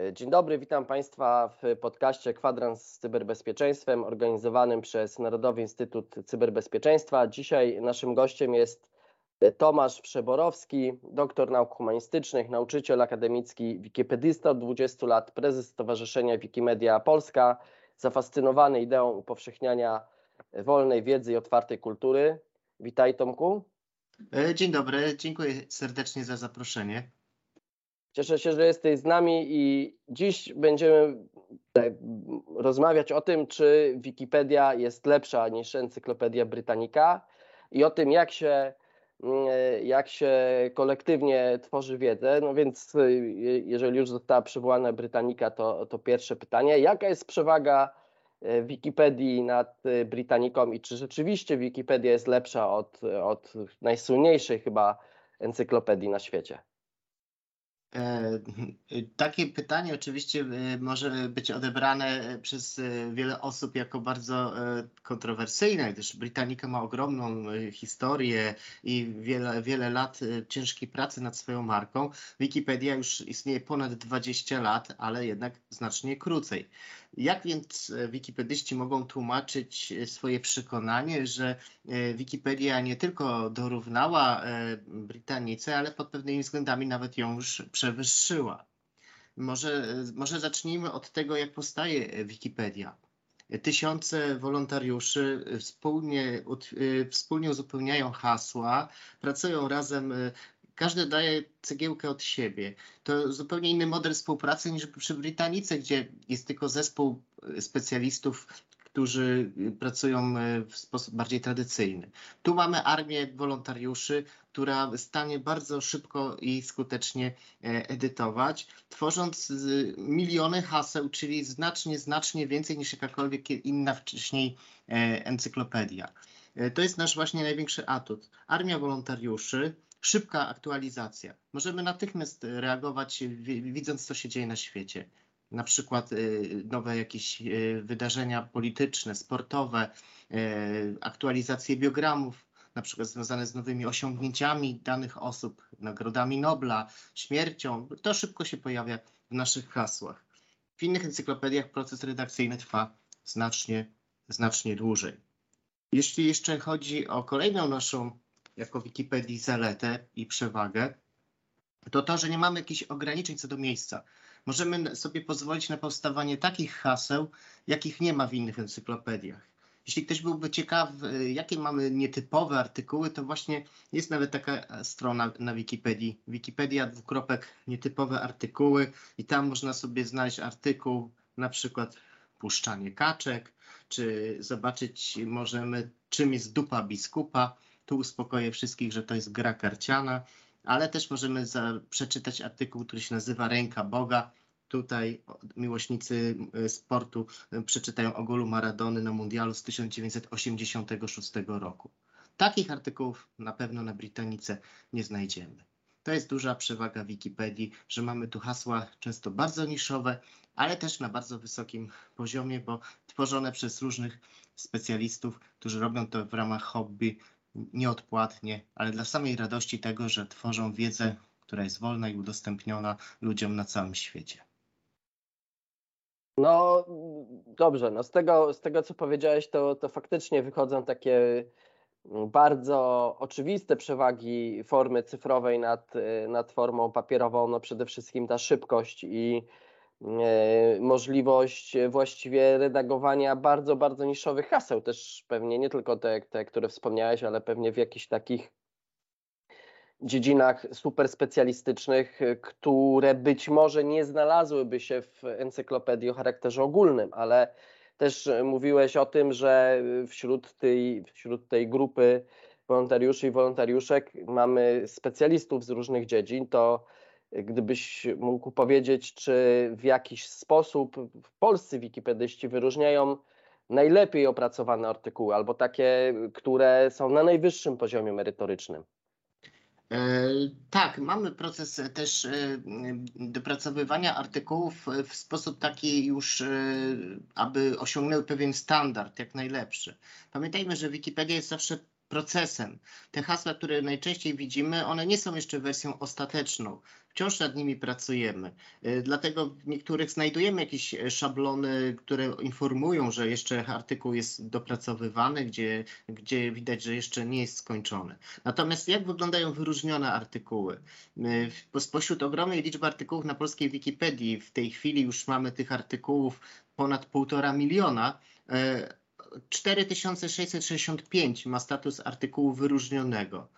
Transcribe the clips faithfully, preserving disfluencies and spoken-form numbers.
Dzień dobry, witam Państwa w podcaście Kwadrans z cyberbezpieczeństwem organizowanym przez Narodowy Instytut Cyberbezpieczeństwa. Dzisiaj naszym gościem jest Tomasz Przeborowski, doktor nauk humanistycznych, nauczyciel akademicki, wikipedysta od dwudziestu lat, prezes Stowarzyszenia Wikimedia Polska, zafascynowany ideą upowszechniania wolnej wiedzy i otwartej kultury. Witaj, Tomku. Dzień dobry, dziękuję serdecznie za zaproszenie. Cieszę się, że jesteś z nami i dziś będziemy rozmawiać o tym, czy Wikipedia jest lepsza niż Encyklopedia Britannica i o tym, jak się, jak się kolektywnie tworzy wiedzę. No więc jeżeli już została przywołana Britannica, to, to pierwsze pytanie. Jaka jest przewaga Wikipedii nad Britannicą i czy rzeczywiście Wikipedia jest lepsza od, od najsłynniejszej chyba encyklopedii na świecie? E, takie pytanie oczywiście może być odebrane przez wiele osób jako bardzo kontrowersyjne, gdyż Britannica ma ogromną historię i wiele, wiele lat ciężkiej pracy nad swoją marką. Wikipedia już istnieje ponad dwadzieścia lat, ale jednak znacznie krócej. Jak więc wikipedyści mogą tłumaczyć swoje przekonanie, że Wikipedia nie tylko dorównała Britannice, ale pod pewnymi względami nawet ją już przewyższyła? Może, może zacznijmy od tego, jak powstaje Wikipedia. Tysiące wolontariuszy wspólnie, wspólnie uzupełniają hasła, pracują razem. Każdy daje cegiełkę od siebie. To zupełnie inny model współpracy niż przy Britannice, gdzie jest tylko zespół specjalistów, którzy pracują w sposób bardziej tradycyjny. Tu mamy armię wolontariuszy, która w stanie bardzo szybko i skutecznie edytować, tworząc miliony haseł, czyli znacznie, znacznie więcej niż jakakolwiek inna wcześniej encyklopedia. To jest nasz właśnie największy atut. Armia wolontariuszy, szybka aktualizacja. Możemy natychmiast reagować, widząc, co się dzieje na świecie. Na przykład nowe jakieś wydarzenia polityczne, sportowe, aktualizacje biogramów, na przykład związane z nowymi osiągnięciami danych osób, nagrodami Nobla, śmiercią. To szybko się pojawia w naszych hasłach. W innych encyklopediach proces redakcyjny trwa znacznie, znacznie dłużej. Jeśli jeszcze chodzi o kolejną naszą jako Wikipedii zaletę i przewagę, to to, że nie mamy jakichś ograniczeń co do miejsca. Możemy sobie pozwolić na powstawanie takich haseł, jakich nie ma w innych encyklopediach. Jeśli ktoś byłby ciekawy, jakie mamy nietypowe artykuły, to właśnie jest nawet taka strona na Wikipedii. Wikipedia dwukropek nietypowe artykuły i tam można sobie znaleźć artykuł, na przykład puszczanie kaczek, czy zobaczyć możemy, czym jest dupa biskupa. Tu uspokoję wszystkich, że to jest gra karciana, ale też możemy za, przeczytać artykuł, który się nazywa Ręka Boga. Tutaj miłośnicy sportu przeczytają o golu Maradony na mundialu z tysiąc dziewięćset osiemdziesiątego szóstego roku. Takich artykułów na pewno na Britannice nie znajdziemy. To jest duża przewaga Wikipedii, że mamy tu hasła często bardzo niszowe, ale też na bardzo wysokim poziomie, bo tworzone przez różnych specjalistów, którzy robią to w ramach hobby, nieodpłatnie, ale dla samej radości tego, że tworzą wiedzę, która jest wolna i udostępniona ludziom na całym świecie. No dobrze, no z tego, z tego co powiedziałeś, to, to faktycznie wychodzą takie bardzo oczywiste przewagi formy cyfrowej nad, nad formą papierową. No przede wszystkim ta szybkość i możliwość właściwie redagowania bardzo, bardzo niszowych haseł. Też pewnie nie tylko te, te, które wspomniałeś, ale pewnie w jakichś takich dziedzinach super specjalistycznych, które być może nie znalazłyby się w encyklopedii o charakterze ogólnym, ale też mówiłeś o tym, że wśród tej, wśród tej grupy wolontariuszy i wolontariuszek mamy specjalistów z różnych dziedzin. To gdybyś mógł powiedzieć, czy w jakiś sposób polscy wikipedyści wyróżniają najlepiej opracowane artykuły albo takie, które są na najwyższym poziomie merytorycznym? E, tak, mamy proces też e, dopracowywania artykułów w sposób taki już, e, aby osiągnęły pewien standard, jak najlepszy. Pamiętajmy, że Wikipedia jest zawsze procesem. Te hasła, które najczęściej widzimy, one nie są jeszcze wersją ostateczną. Wciąż nad nimi pracujemy. Dlatego w niektórych znajdujemy jakieś szablony, które informują, że jeszcze artykuł jest dopracowywany, gdzie, gdzie widać, że jeszcze nie jest skończony. Natomiast jak wyglądają wyróżnione artykuły? Spośród ogromnej liczby artykułów na polskiej Wikipedii, w tej chwili już mamy tych artykułów ponad półtora miliona, cztery tysiące sześćset sześćdziesiąt pięć ma status artykułu wyróżnionego.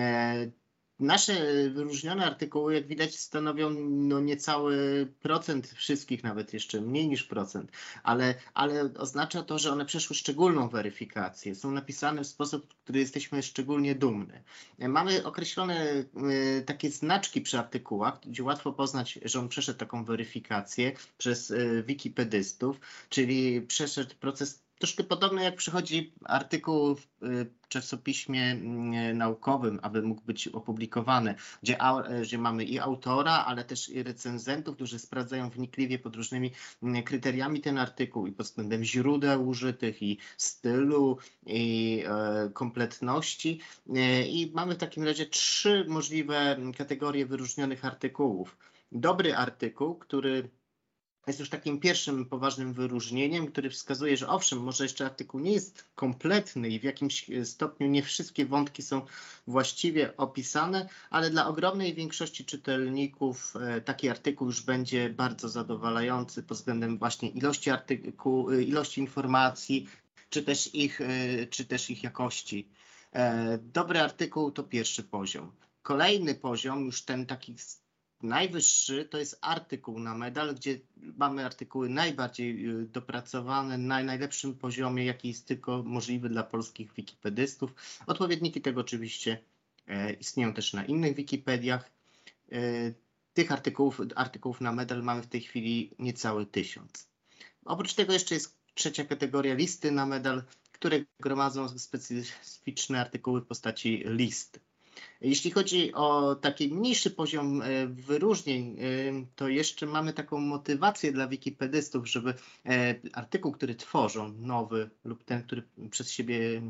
Nasze wyróżnione artykuły, jak widać, stanowią no niecały procent wszystkich, nawet jeszcze mniej niż procent, ale, ale oznacza to, że one przeszły szczególną weryfikację. Są napisane w sposób, który jesteśmy szczególnie dumny. Mamy określone y, takie znaczki przy artykułach, gdzie łatwo poznać, że on przeszedł taką weryfikację przez y, wikipedystów, czyli przeszedł proces troszkę podobny, jak przychodzi artykuł w czasopiśmie naukowym, aby mógł być opublikowany, gdzie, gdzie mamy i autora, ale też i recenzentów, którzy sprawdzają wnikliwie pod różnymi kryteriami ten artykuł i pod względem źródeł użytych, i stylu, i e, kompletności. I mamy w takim razie trzy możliwe kategorie wyróżnionych artykułów. Dobry artykuł, który jest już takim pierwszym poważnym wyróżnieniem, który wskazuje, że owszem, może jeszcze artykuł nie jest kompletny i w jakimś stopniu nie wszystkie wątki są właściwie opisane, ale dla ogromnej większości czytelników taki artykuł już będzie bardzo zadowalający pod względem właśnie ilości artykułu, ilości informacji, czy też ich, czy też ich jakości. Dobry artykuł to pierwszy poziom. Kolejny poziom, już ten taki najwyższy, to jest artykuł na medal, gdzie mamy artykuły najbardziej dopracowane, na najlepszym poziomie, jaki jest tylko możliwy dla polskich wikipedystów. Odpowiedniki tego oczywiście e, istnieją też na innych wikipediach. E, tych artykułów, artykułów na medal mamy w tej chwili niecały tysiąc. Oprócz tego jeszcze jest trzecia kategoria, listy na medal, które gromadzą specyficzne artykuły w postaci list. Jeśli chodzi o taki mniejszy poziom wyróżnień, to jeszcze mamy taką motywację dla wikipedystów, żeby artykuł, który tworzą, nowy lub ten, który przez siebie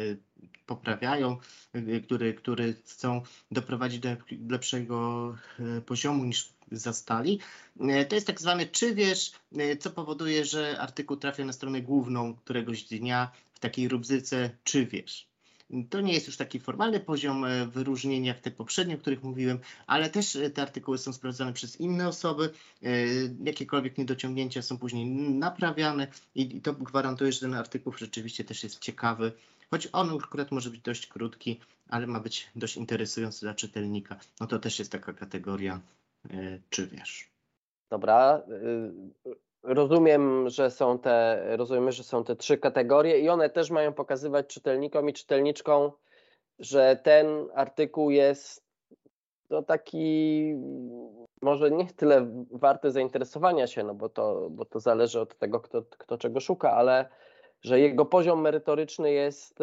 poprawiają, który, który chcą doprowadzić do lepszego poziomu niż zastali, to jest tak zwany czywiesz, co powoduje, że artykuł trafia na stronę główną któregoś dnia w takiej rubryce czywiesz. To nie jest już taki formalny poziom wyróżnienia jak te poprzednie, o których mówiłem, ale też te artykuły są sprawdzane przez inne osoby. Jakiekolwiek niedociągnięcia są później naprawiane i to gwarantuje, że ten artykuł rzeczywiście też jest ciekawy. Choć on akurat może być dość krótki, ale ma być dość interesujący dla czytelnika. No to też jest taka kategoria, czy wiesz. Dobra. Rozumiem, że są te, rozumiemy, że są te trzy kategorie i one też mają pokazywać czytelnikom i czytelniczkom, że ten artykuł jest no taki może nie tyle warty zainteresowania się, no bo to, bo to zależy od tego, kto, kto czego szuka, ale że jego poziom merytoryczny jest,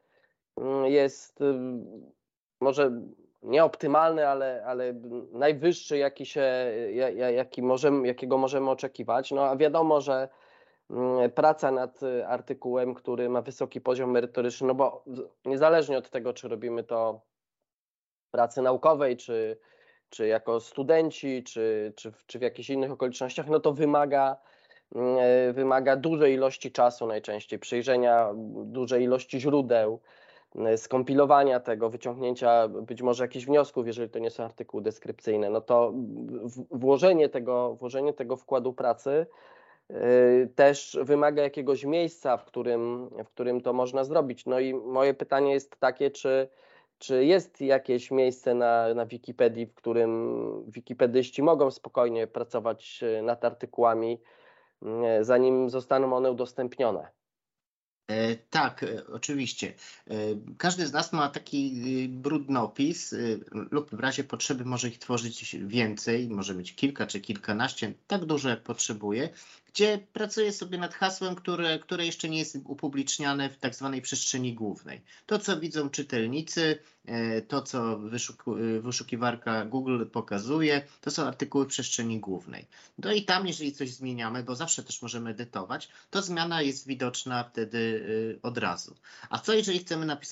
jest może nie optymalny, ale, ale najwyższy, jaki się, jaki możemy, jakiego możemy oczekiwać. No a wiadomo, że praca nad artykułem, który ma wysoki poziom merytoryczny, no bo niezależnie od tego, czy robimy to w pracy naukowej, czy, czy jako studenci, czy, czy, czy w jakichś innych okolicznościach, no to wymaga, wymaga dużej ilości czasu najczęściej, przejrzenia dużej ilości źródeł, skompilowania tego, wyciągnięcia być może jakichś wniosków, jeżeli to nie są artykuły deskrypcyjne, no to włożenie tego, włożenie tego wkładu pracy yy, też wymaga jakiegoś miejsca, w którym, w którym to można zrobić. No i moje pytanie jest takie, czy, czy jest jakieś miejsce na, na Wikipedii, w którym wikipedyści mogą spokojnie pracować nad artykułami, yy, zanim zostaną one udostępnione? Tak, oczywiście. Każdy z nas ma taki brudnopis lub w razie potrzeby może ich tworzyć więcej, może mieć kilka czy kilkanaście, tak dużo jak potrzebuje, gdzie pracuje sobie nad hasłem, które, które jeszcze nie jest upubliczniane w tak zwanej przestrzeni głównej. To, co widzą czytelnicy, to, co wyszuku, wyszukiwarka Google pokazuje, to są artykuły w przestrzeni głównej. No i tam, jeżeli coś zmieniamy, bo zawsze też możemy edytować, to zmiana jest widoczna wtedy od razu. A co jeżeli chcemy napisać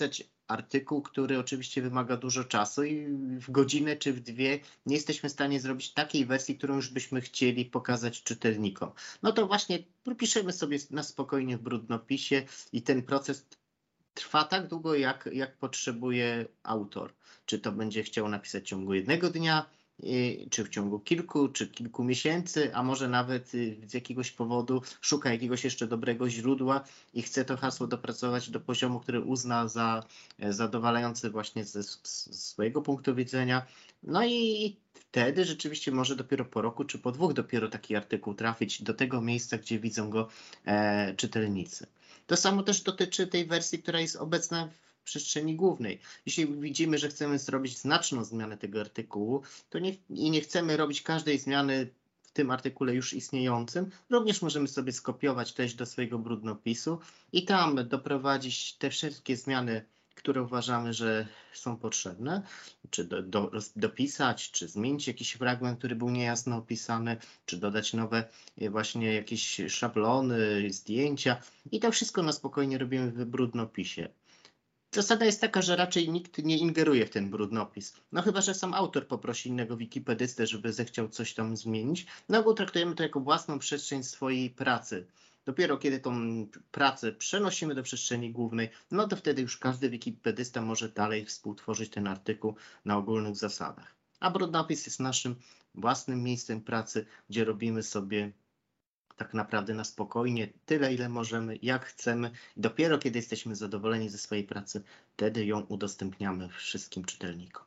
artykuł, który oczywiście wymaga dużo czasu i w godzinę czy w dwie nie jesteśmy w stanie zrobić takiej wersji, którą już byśmy chcieli pokazać czytelnikom. No to właśnie piszemy sobie na spokojnie w brudnopisie i ten proces trwa tak długo, jak, jak potrzebuje autor. Czy to będzie chciał napisać w ciągu jednego dnia, czy w ciągu kilku, czy kilku miesięcy, a może nawet z jakiegoś powodu szuka jakiegoś jeszcze dobrego źródła i chce to hasło dopracować do poziomu, który uzna za zadowalający właśnie ze, z swojego punktu widzenia. No i wtedy rzeczywiście może dopiero po roku, czy po dwóch dopiero taki artykuł trafić do tego miejsca, gdzie widzą go e, czytelnicy. To samo też dotyczy tej wersji, która jest obecna w przestrzeni głównej. Jeśli widzimy, że chcemy zrobić znaczną zmianę tego artykułu, to nie, i nie chcemy robić każdej zmiany w tym artykule już istniejącym, również możemy sobie skopiować treść do swojego brudnopisu i tam doprowadzić te wszystkie zmiany, które uważamy, że są potrzebne, czy do, do, dopisać, czy zmienić jakiś fragment, który był niejasno opisany, czy dodać nowe właśnie jakieś szablony, zdjęcia i to wszystko na spokojnie robimy w brudnopisie. Zasada jest taka, że raczej nikt nie ingeruje w ten brudnopis. No chyba, że sam autor poprosi innego wikipedystę, żeby zechciał coś tam zmienić. Na ogół traktujemy to jako własną przestrzeń swojej pracy. Dopiero kiedy tą pracę przenosimy do przestrzeni głównej, no to wtedy już każdy wikipedysta może dalej współtworzyć ten artykuł na ogólnych zasadach. A brudnopis jest naszym własnym miejscem pracy, gdzie robimy sobie tak naprawdę na spokojnie tyle, ile możemy, jak chcemy. Dopiero kiedy jesteśmy zadowoleni ze swojej pracy, wtedy ją udostępniamy wszystkim czytelnikom.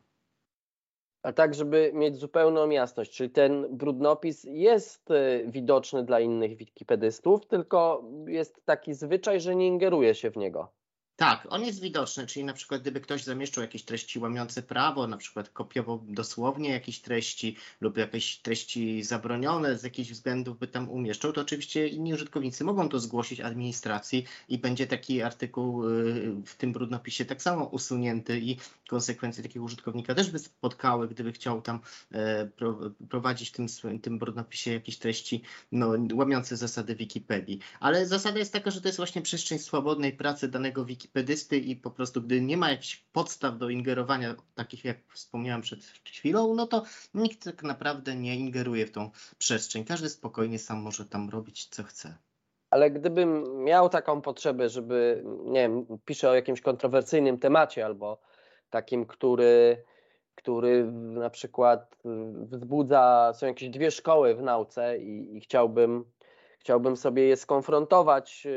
A tak, żeby mieć zupełną jasność, czyli ten brudnopis jest widoczny dla innych wikipedystów, tylko jest taki zwyczaj, że nie ingeruje się w niego. Tak, on jest widoczny, czyli na przykład gdyby ktoś zamieszczał jakieś treści łamiące prawo, na przykład kopiował dosłownie jakieś treści lub jakieś treści zabronione z jakichś względów by tam umieszczał, to oczywiście inni użytkownicy mogą to zgłosić administracji i będzie taki artykuł w tym brudnopisie tak samo usunięty i konsekwencje takiego użytkownika też by spotkały, gdyby chciał tam prowadzić w tym, tym brudnopisie jakieś treści no, łamiące zasady Wikipedii. Ale zasada jest taka, że to jest właśnie przestrzeń swobodnej pracy danego wikipedysty, pedysty i po prostu gdy nie ma jakichś podstaw do ingerowania, takich jak wspomniałem przed chwilą, no to nikt tak naprawdę nie ingeruje w tą przestrzeń. Każdy spokojnie sam może tam robić co chce. Ale gdybym miał taką potrzebę, żeby, nie wiem, piszę o jakimś kontrowersyjnym temacie albo takim, który, który na przykład wzbudza, są jakieś dwie szkoły w nauce i, i chciałbym Chciałbym sobie je skonfrontować,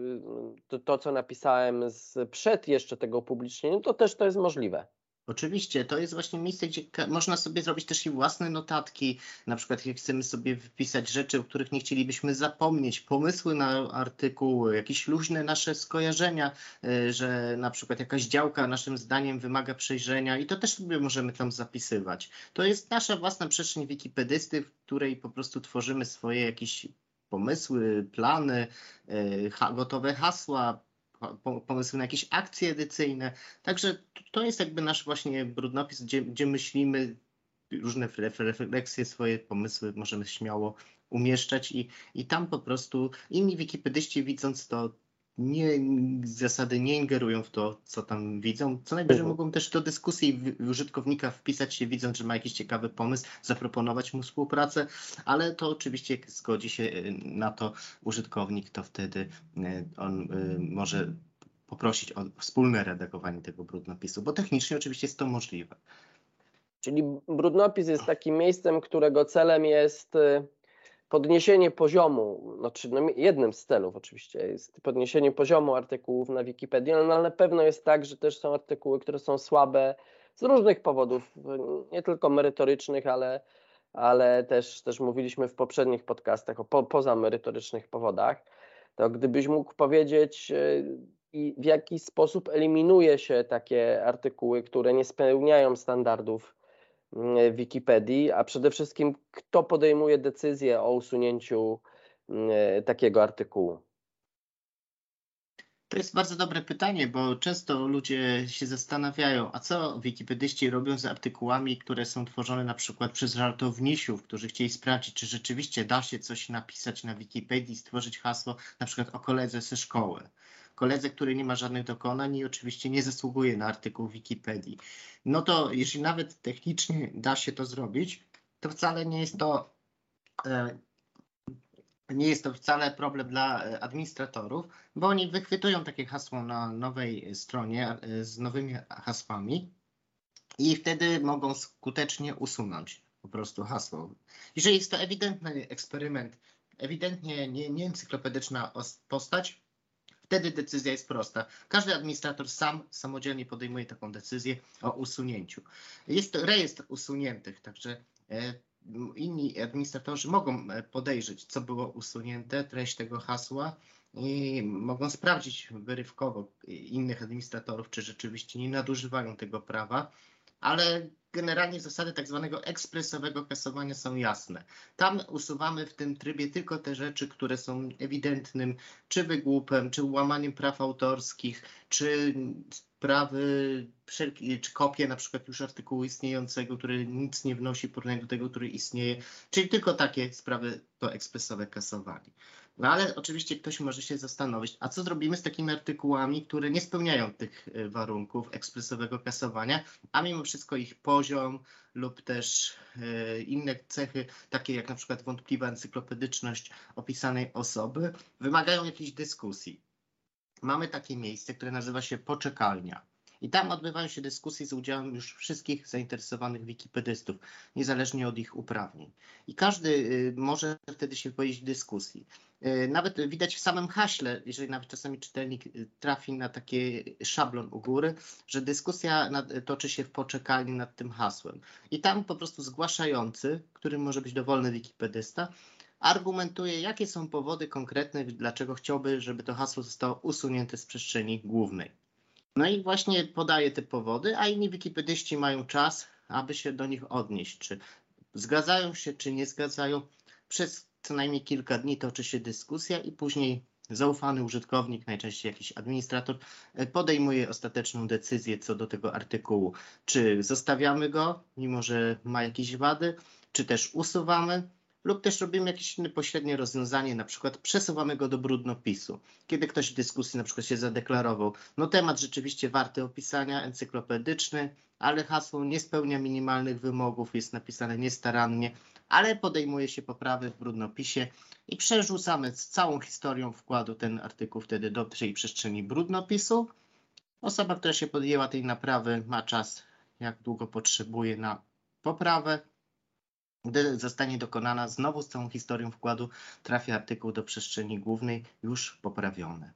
to, to co napisałem z, przed jeszcze tego upublicznienia, to też to jest możliwe. Oczywiście, to jest właśnie miejsce, gdzie można sobie zrobić też i własne notatki, na przykład jak chcemy sobie wpisać rzeczy, o których nie chcielibyśmy zapomnieć, pomysły na artykuły, jakieś luźne nasze skojarzenia, że na przykład jakaś działka naszym zdaniem wymaga przejrzenia i to też sobie możemy tam zapisywać. To jest nasza własna przestrzeń wikipedysty, w której po prostu tworzymy swoje jakieś pomysły, plany, gotowe hasła, pomysły na jakieś akcje edycyjne. Także to jest jakby nasz właśnie brudnopis, gdzie, gdzie myślimy, różne refleksje, swoje pomysły możemy śmiało umieszczać i, i tam po prostu inni wikipedyści widząc to nie, z zasady nie ingerują w to, co tam widzą. Co najwyżej mhm. mogą też do dyskusji użytkownika wpisać się, widząc, że ma jakiś ciekawy pomysł, zaproponować mu współpracę, ale to oczywiście jak zgodzi się na to użytkownik, to wtedy on może poprosić o wspólne redagowanie tego brudnopisu, bo technicznie oczywiście jest to możliwe. Czyli brudnopis jest takim miejscem, którego celem jest podniesienie poziomu, znaczy no jednym z celów oczywiście jest podniesienie poziomu artykułów na Wikipedii, no ale na pewno jest tak, że też są artykuły, które są słabe z różnych powodów, nie tylko merytorycznych, ale, ale też, też mówiliśmy w poprzednich podcastach o po, pozamerytorycznych powodach. To gdybyś mógł powiedzieć, i w jaki sposób eliminuje się takie artykuły, które nie spełniają standardów Wikipedii, a przede wszystkim kto podejmuje decyzję o usunięciu takiego artykułu? To jest bardzo dobre pytanie, bo często ludzie się zastanawiają, a co wikipedyści robią z artykułami, które są tworzone na przykład przez żartownisiów, którzy chcieli sprawdzić, czy rzeczywiście da się coś napisać na Wikipedii, stworzyć hasło na przykład o koledze ze szkoły. koledze, który nie ma żadnych dokonań i oczywiście nie zasługuje na artykuł w Wikipedii. No to jeśli nawet technicznie da się to zrobić, to wcale nie jest to nie jest to wcale problem dla administratorów, bo oni wychwytują takie hasło na nowej stronie z nowymi hasłami i wtedy mogą skutecznie usunąć po prostu hasło. Jeżeli jest to ewidentny eksperyment, ewidentnie nie, nie encyklopedyczna postać, wtedy decyzja jest prosta. Każdy administrator sam samodzielnie podejmuje taką decyzję o usunięciu. Jest to rejestr usuniętych, także inni administratorzy mogą podejrzeć, co było usunięte, treść tego hasła i mogą sprawdzić wyrywkowo innych administratorów, czy rzeczywiście nie nadużywają tego prawa, ale generalnie zasady tak zwanego ekspresowego kasowania są jasne. Tam usuwamy w tym trybie tylko te rzeczy, które są ewidentnym czy wygłupem, czy łamaniem praw autorskich, czy sprawy, czy kopie na przykład już artykułu istniejącego, który nic nie wnosi w porównaniu do tego, który istnieje, czyli tylko takie sprawy to ekspresowe kasowanie. No ale oczywiście ktoś może się zastanowić, a co zrobimy z takimi artykułami, które nie spełniają tych warunków ekspresowego kasowania, a mimo wszystko ich poziom lub też e, inne cechy, takie jak na przykład wątpliwa encyklopedyczność opisanej osoby, wymagają jakiejś dyskusji. Mamy takie miejsce, które nazywa się poczekalnia. I tam odbywają się dyskusje z udziałem już wszystkich zainteresowanych wikipedystów, niezależnie od ich uprawnień. I każdy y, może wtedy się wypowiedzieć w dyskusji. Y, nawet widać w samym haśle, jeżeli nawet czasami czytelnik trafi na taki szablon u góry, że dyskusja nad, toczy się w poczekalni nad tym hasłem. I tam po prostu zgłaszający, którym może być dowolny wikipedysta, argumentuje, jakie są powody konkretne, dlaczego chciałby, żeby to hasło zostało usunięte z przestrzeni głównej. No i właśnie podaje te powody, a inni wikipedyści mają czas, aby się do nich odnieść. Czy zgadzają się, czy nie zgadzają. Przez co najmniej kilka dni toczy się dyskusja i później zaufany użytkownik, najczęściej jakiś administrator, podejmuje ostateczną decyzję co do tego artykułu. Czy zostawiamy go, mimo że ma jakieś wady, czy też usuwamy. Lub też robimy jakieś inne pośrednie rozwiązanie, na przykład przesuwamy go do brudnopisu. Kiedy ktoś w dyskusji na przykład się zadeklarował, no temat rzeczywiście warty opisania, encyklopedyczny, ale hasło nie spełnia minimalnych wymogów, jest napisane niestarannie, ale podejmuje się poprawy w brudnopisie i przerzucamy z całą historią wkładu ten artykuł wtedy do tej przestrzeni brudnopisu. Osoba, która się podjęła tej naprawy, ma czas, jak długo potrzebuje na poprawę. Gdy zostanie dokonana, znowu z całą historią wkładu trafi artykuł do przestrzeni głównej już poprawiony.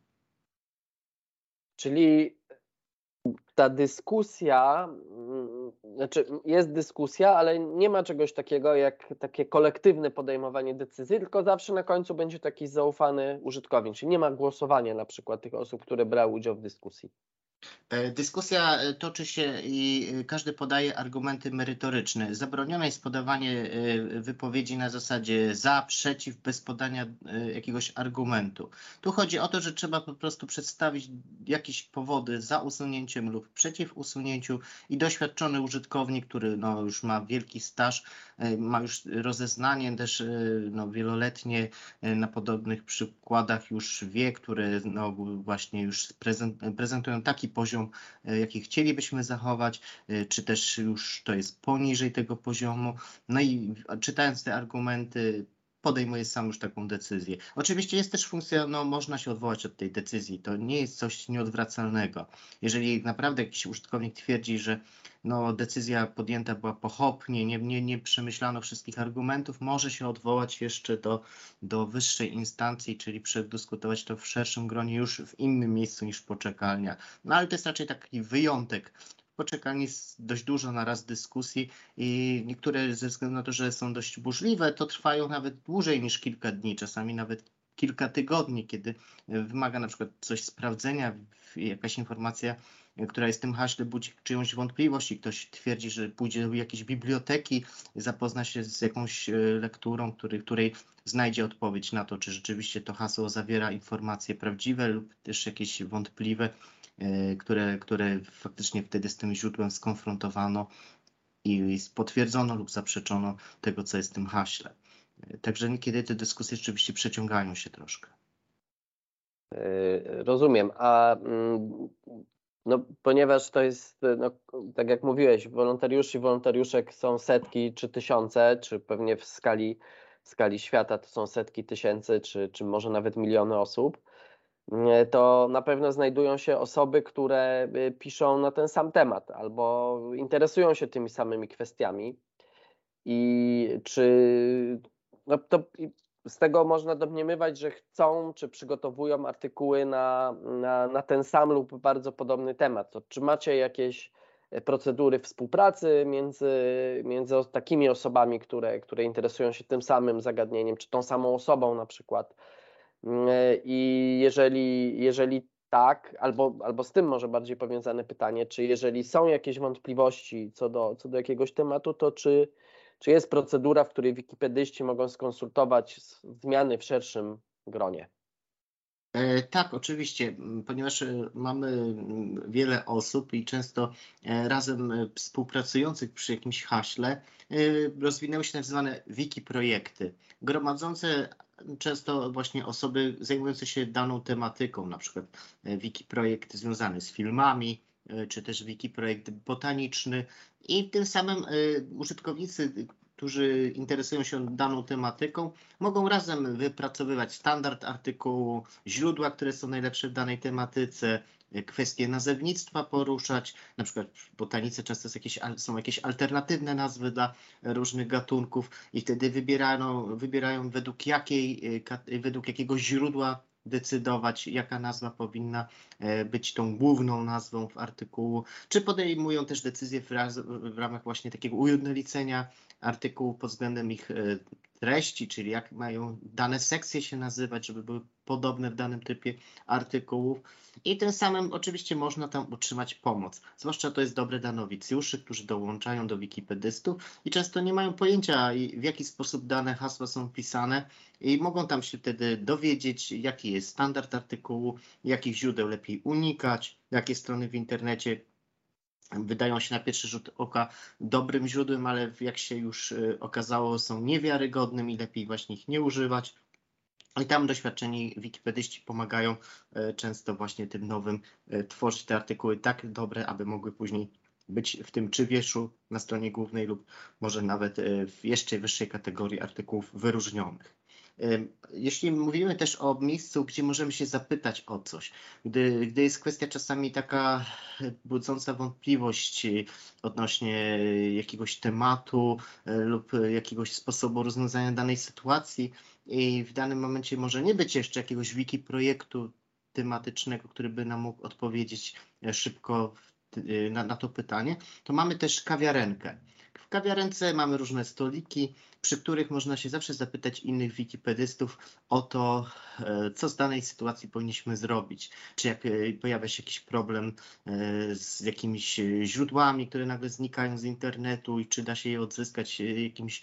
Czyli ta dyskusja, znaczy jest dyskusja, ale nie ma czegoś takiego jak takie kolektywne podejmowanie decyzji, tylko zawsze na końcu będzie taki zaufany użytkownik, czyli nie ma głosowania na przykład tych osób, które brały udział w dyskusji. Dyskusja toczy się i każdy podaje argumenty merytoryczne. Zabronione jest podawanie wypowiedzi na zasadzie za, przeciw, bez podania jakiegoś argumentu. Tu chodzi o to, że trzeba po prostu przedstawić jakieś powody za usunięciem lub przeciw usunięciu i doświadczony użytkownik, który no, już ma wielki staż, ma już rozeznanie też no, wieloletnie na podobnych przykładach już wie, które no, właśnie już prezentują taki poziom, jaki chcielibyśmy zachować, czy też już to jest poniżej tego poziomu. No i czytając te argumenty, podejmuje sam już taką decyzję. Oczywiście jest też funkcja, no można się odwołać od tej decyzji. To nie jest coś nieodwracalnego. Jeżeli naprawdę jakiś użytkownik twierdzi, że no, decyzja podjęta była pochopnie, nie, nie, nie przemyślano wszystkich argumentów, może się odwołać jeszcze do, do wyższej instancji, czyli przedyskutować to w szerszym gronie już w innym miejscu niż poczekalnia. No ale to jest raczej taki wyjątek. W poczekalni jest dość dużo na raz dyskusji i niektóre ze względu na to, że są dość burzliwe, to trwają nawet dłużej niż kilka dni, czasami nawet kilka tygodni, kiedy wymaga na przykład coś sprawdzenia, jakaś informacja, która jest w tym haśle, budzi czyjąś wątpliwość i ktoś twierdzi, że pójdzie do jakiejś biblioteki, zapozna się z jakąś lekturą, który, której znajdzie odpowiedź na to, czy rzeczywiście to hasło zawiera informacje prawdziwe lub też jakieś wątpliwe, które, które faktycznie wtedy z tym źródłem skonfrontowano i potwierdzono lub zaprzeczono tego, co jest w tym haśle. Także niekiedy te dyskusje rzeczywiście przeciągają się troszkę. Rozumiem, a no, ponieważ to jest, no, tak jak mówiłeś, wolontariuszy i wolontariuszek są setki czy tysiące, czy pewnie w skali, w skali świata to są setki tysięcy, czy, czy może nawet miliony osób, to na pewno znajdują się osoby, które piszą na ten sam temat albo interesują się tymi samymi kwestiami. I czy no to z tego można domniemywać, że chcą czy przygotowują artykuły na, na, na ten sam lub bardzo podobny temat. To czy macie jakieś procedury współpracy między, między takimi osobami, które, które interesują się tym samym zagadnieniem, czy tą samą osobą na przykład? I jeżeli, jeżeli tak, albo, albo z tym może bardziej powiązane pytanie, czy jeżeli są jakieś wątpliwości co do, co do jakiegoś tematu, to czy Czy jest procedura, w której wikipedyści mogą skonsultować zmiany w szerszym gronie? Tak, oczywiście, ponieważ mamy wiele osób i często razem współpracujących przy jakimś haśle, rozwinęły się tak zwane wiki projekty, gromadzące często właśnie osoby zajmujące się daną tematyką, na przykład wiki projekt związany z filmami, czy też wiki projekt botaniczny i tym samym użytkownicy, którzy interesują się daną tematyką, mogą razem wypracowywać standard artykułu, źródła, które są najlepsze w danej tematyce, kwestie nazewnictwa poruszać. Na przykład w botanice często są jakieś, są jakieś alternatywne nazwy dla różnych gatunków i wtedy wybierają, wybierają według, jakiej, według jakiego źródła decydować, jaka nazwa powinna być tą główną nazwą w artykułu, czy podejmują też decyzje w, raz, w ramach właśnie takiego ujednolicenia artykułów pod względem ich treści, czyli jak mają dane sekcje się nazywać, żeby były podobne w danym typie artykułów. I tym samym oczywiście można tam utrzymać pomoc. Zwłaszcza to jest dobre dla nowicjuszy, którzy dołączają do wikipedystów i często nie mają pojęcia, w jaki sposób dane hasła są pisane i mogą tam się wtedy dowiedzieć, jaki jest standard artykułu, jakich źródeł lepiej unikać, jakie strony w internecie wydają się na pierwszy rzut oka dobrym źródłem, ale jak się już okazało, są niewiarygodnym i lepiej właśnie ich nie używać. I tam doświadczeni wikipedyści pomagają często właśnie tym nowym tworzyć te artykuły tak dobre, aby mogły później być w tym czy wierszu na stronie głównej lub może nawet w jeszcze wyższej kategorii artykułów wyróżnionych. Jeśli mówimy też o miejscu, gdzie możemy się zapytać o coś, gdy, gdy jest kwestia czasami taka budząca wątpliwość odnośnie jakiegoś tematu lub jakiegoś sposobu rozwiązania danej sytuacji i w danym momencie może nie być jeszcze jakiegoś wiki projektu tematycznego, który by nam mógł odpowiedzieć szybko na, na to pytanie, to mamy też kawiarenkę. W kawiarence mamy różne stoliki, przy których można się zawsze zapytać innych wikipedystów o to, co z danej sytuacji powinniśmy zrobić. Czy jak pojawia się jakiś problem z jakimiś źródłami, które nagle znikają z internetu i czy da się je odzyskać jakimś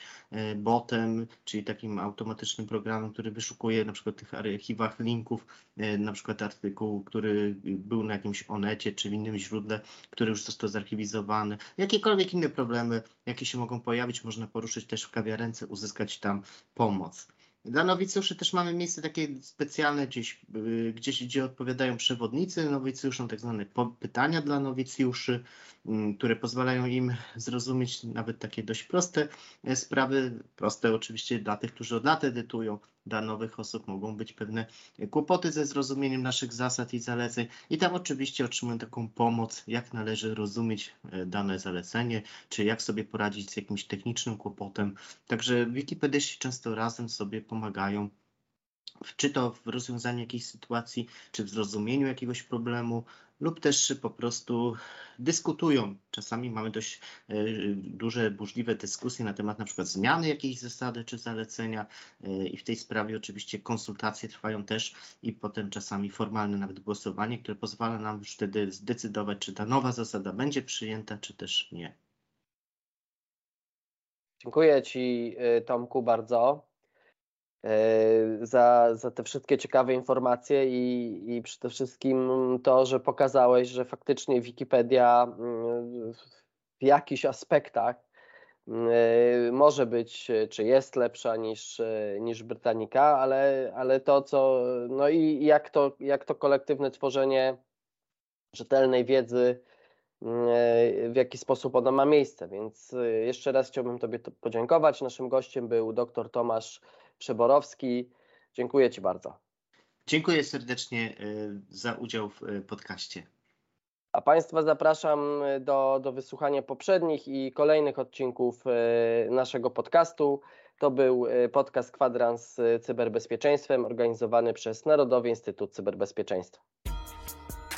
botem, czyli takim automatycznym programem, który wyszukuje na przykład w tych archiwach linków, na przykład artykuł, który był na jakimś onecie czy w innym źródle, który już został zarchiwizowany. Jakiekolwiek inne problemy, jakie się mogą pojawić, można poruszyć też w kawiarence, uzyskać tam pomoc. Dla nowicjuszy też mamy miejsce takie specjalne gdzieś, gdzieś gdzie odpowiadają przewodnicy nowicjuszom, tak zwane pytania dla nowicjuszy, które pozwalają im zrozumieć nawet takie dość proste sprawy, proste oczywiście dla tych, którzy od lat edytują. Dla nowych osób mogą być pewne kłopoty ze zrozumieniem naszych zasad i zaleceń i tam oczywiście otrzymują taką pomoc, jak należy rozumieć dane zalecenie, czy jak sobie poradzić z jakimś technicznym kłopotem. Także wikipedyści często razem sobie pomagają, czy to w rozwiązaniu jakiejś sytuacji, czy w zrozumieniu jakiegoś problemu, lub też po prostu dyskutują. Czasami mamy dość duże, burzliwe dyskusje na temat na przykład zmiany jakiejś zasady czy zalecenia i w tej sprawie oczywiście konsultacje trwają też i potem czasami formalne nawet głosowanie, które pozwala nam już wtedy zdecydować, czy ta nowa zasada będzie przyjęta, czy też nie. Dziękuję Ci, Tomku, bardzo za, za te wszystkie ciekawe informacje i, i przede wszystkim to, że pokazałeś, że faktycznie Wikipedia w jakichś aspektach może być, czy jest lepsza niż, niż Britannica, ale, ale to, co, no i jak to, jak to kolektywne tworzenie rzetelnej wiedzy, w jaki sposób ona ma miejsce. Więc jeszcze raz chciałbym Tobie podziękować. Naszym gościem był dr Tomasz Przeborowski. Dziękuję Ci bardzo. Dziękuję serdecznie za udział w podcaście. A Państwa zapraszam do, do wysłuchania poprzednich i kolejnych odcinków naszego podcastu. To był podcast Kwadrans z cyberbezpieczeństwem organizowany przez Narodowy Instytut Cyberbezpieczeństwa.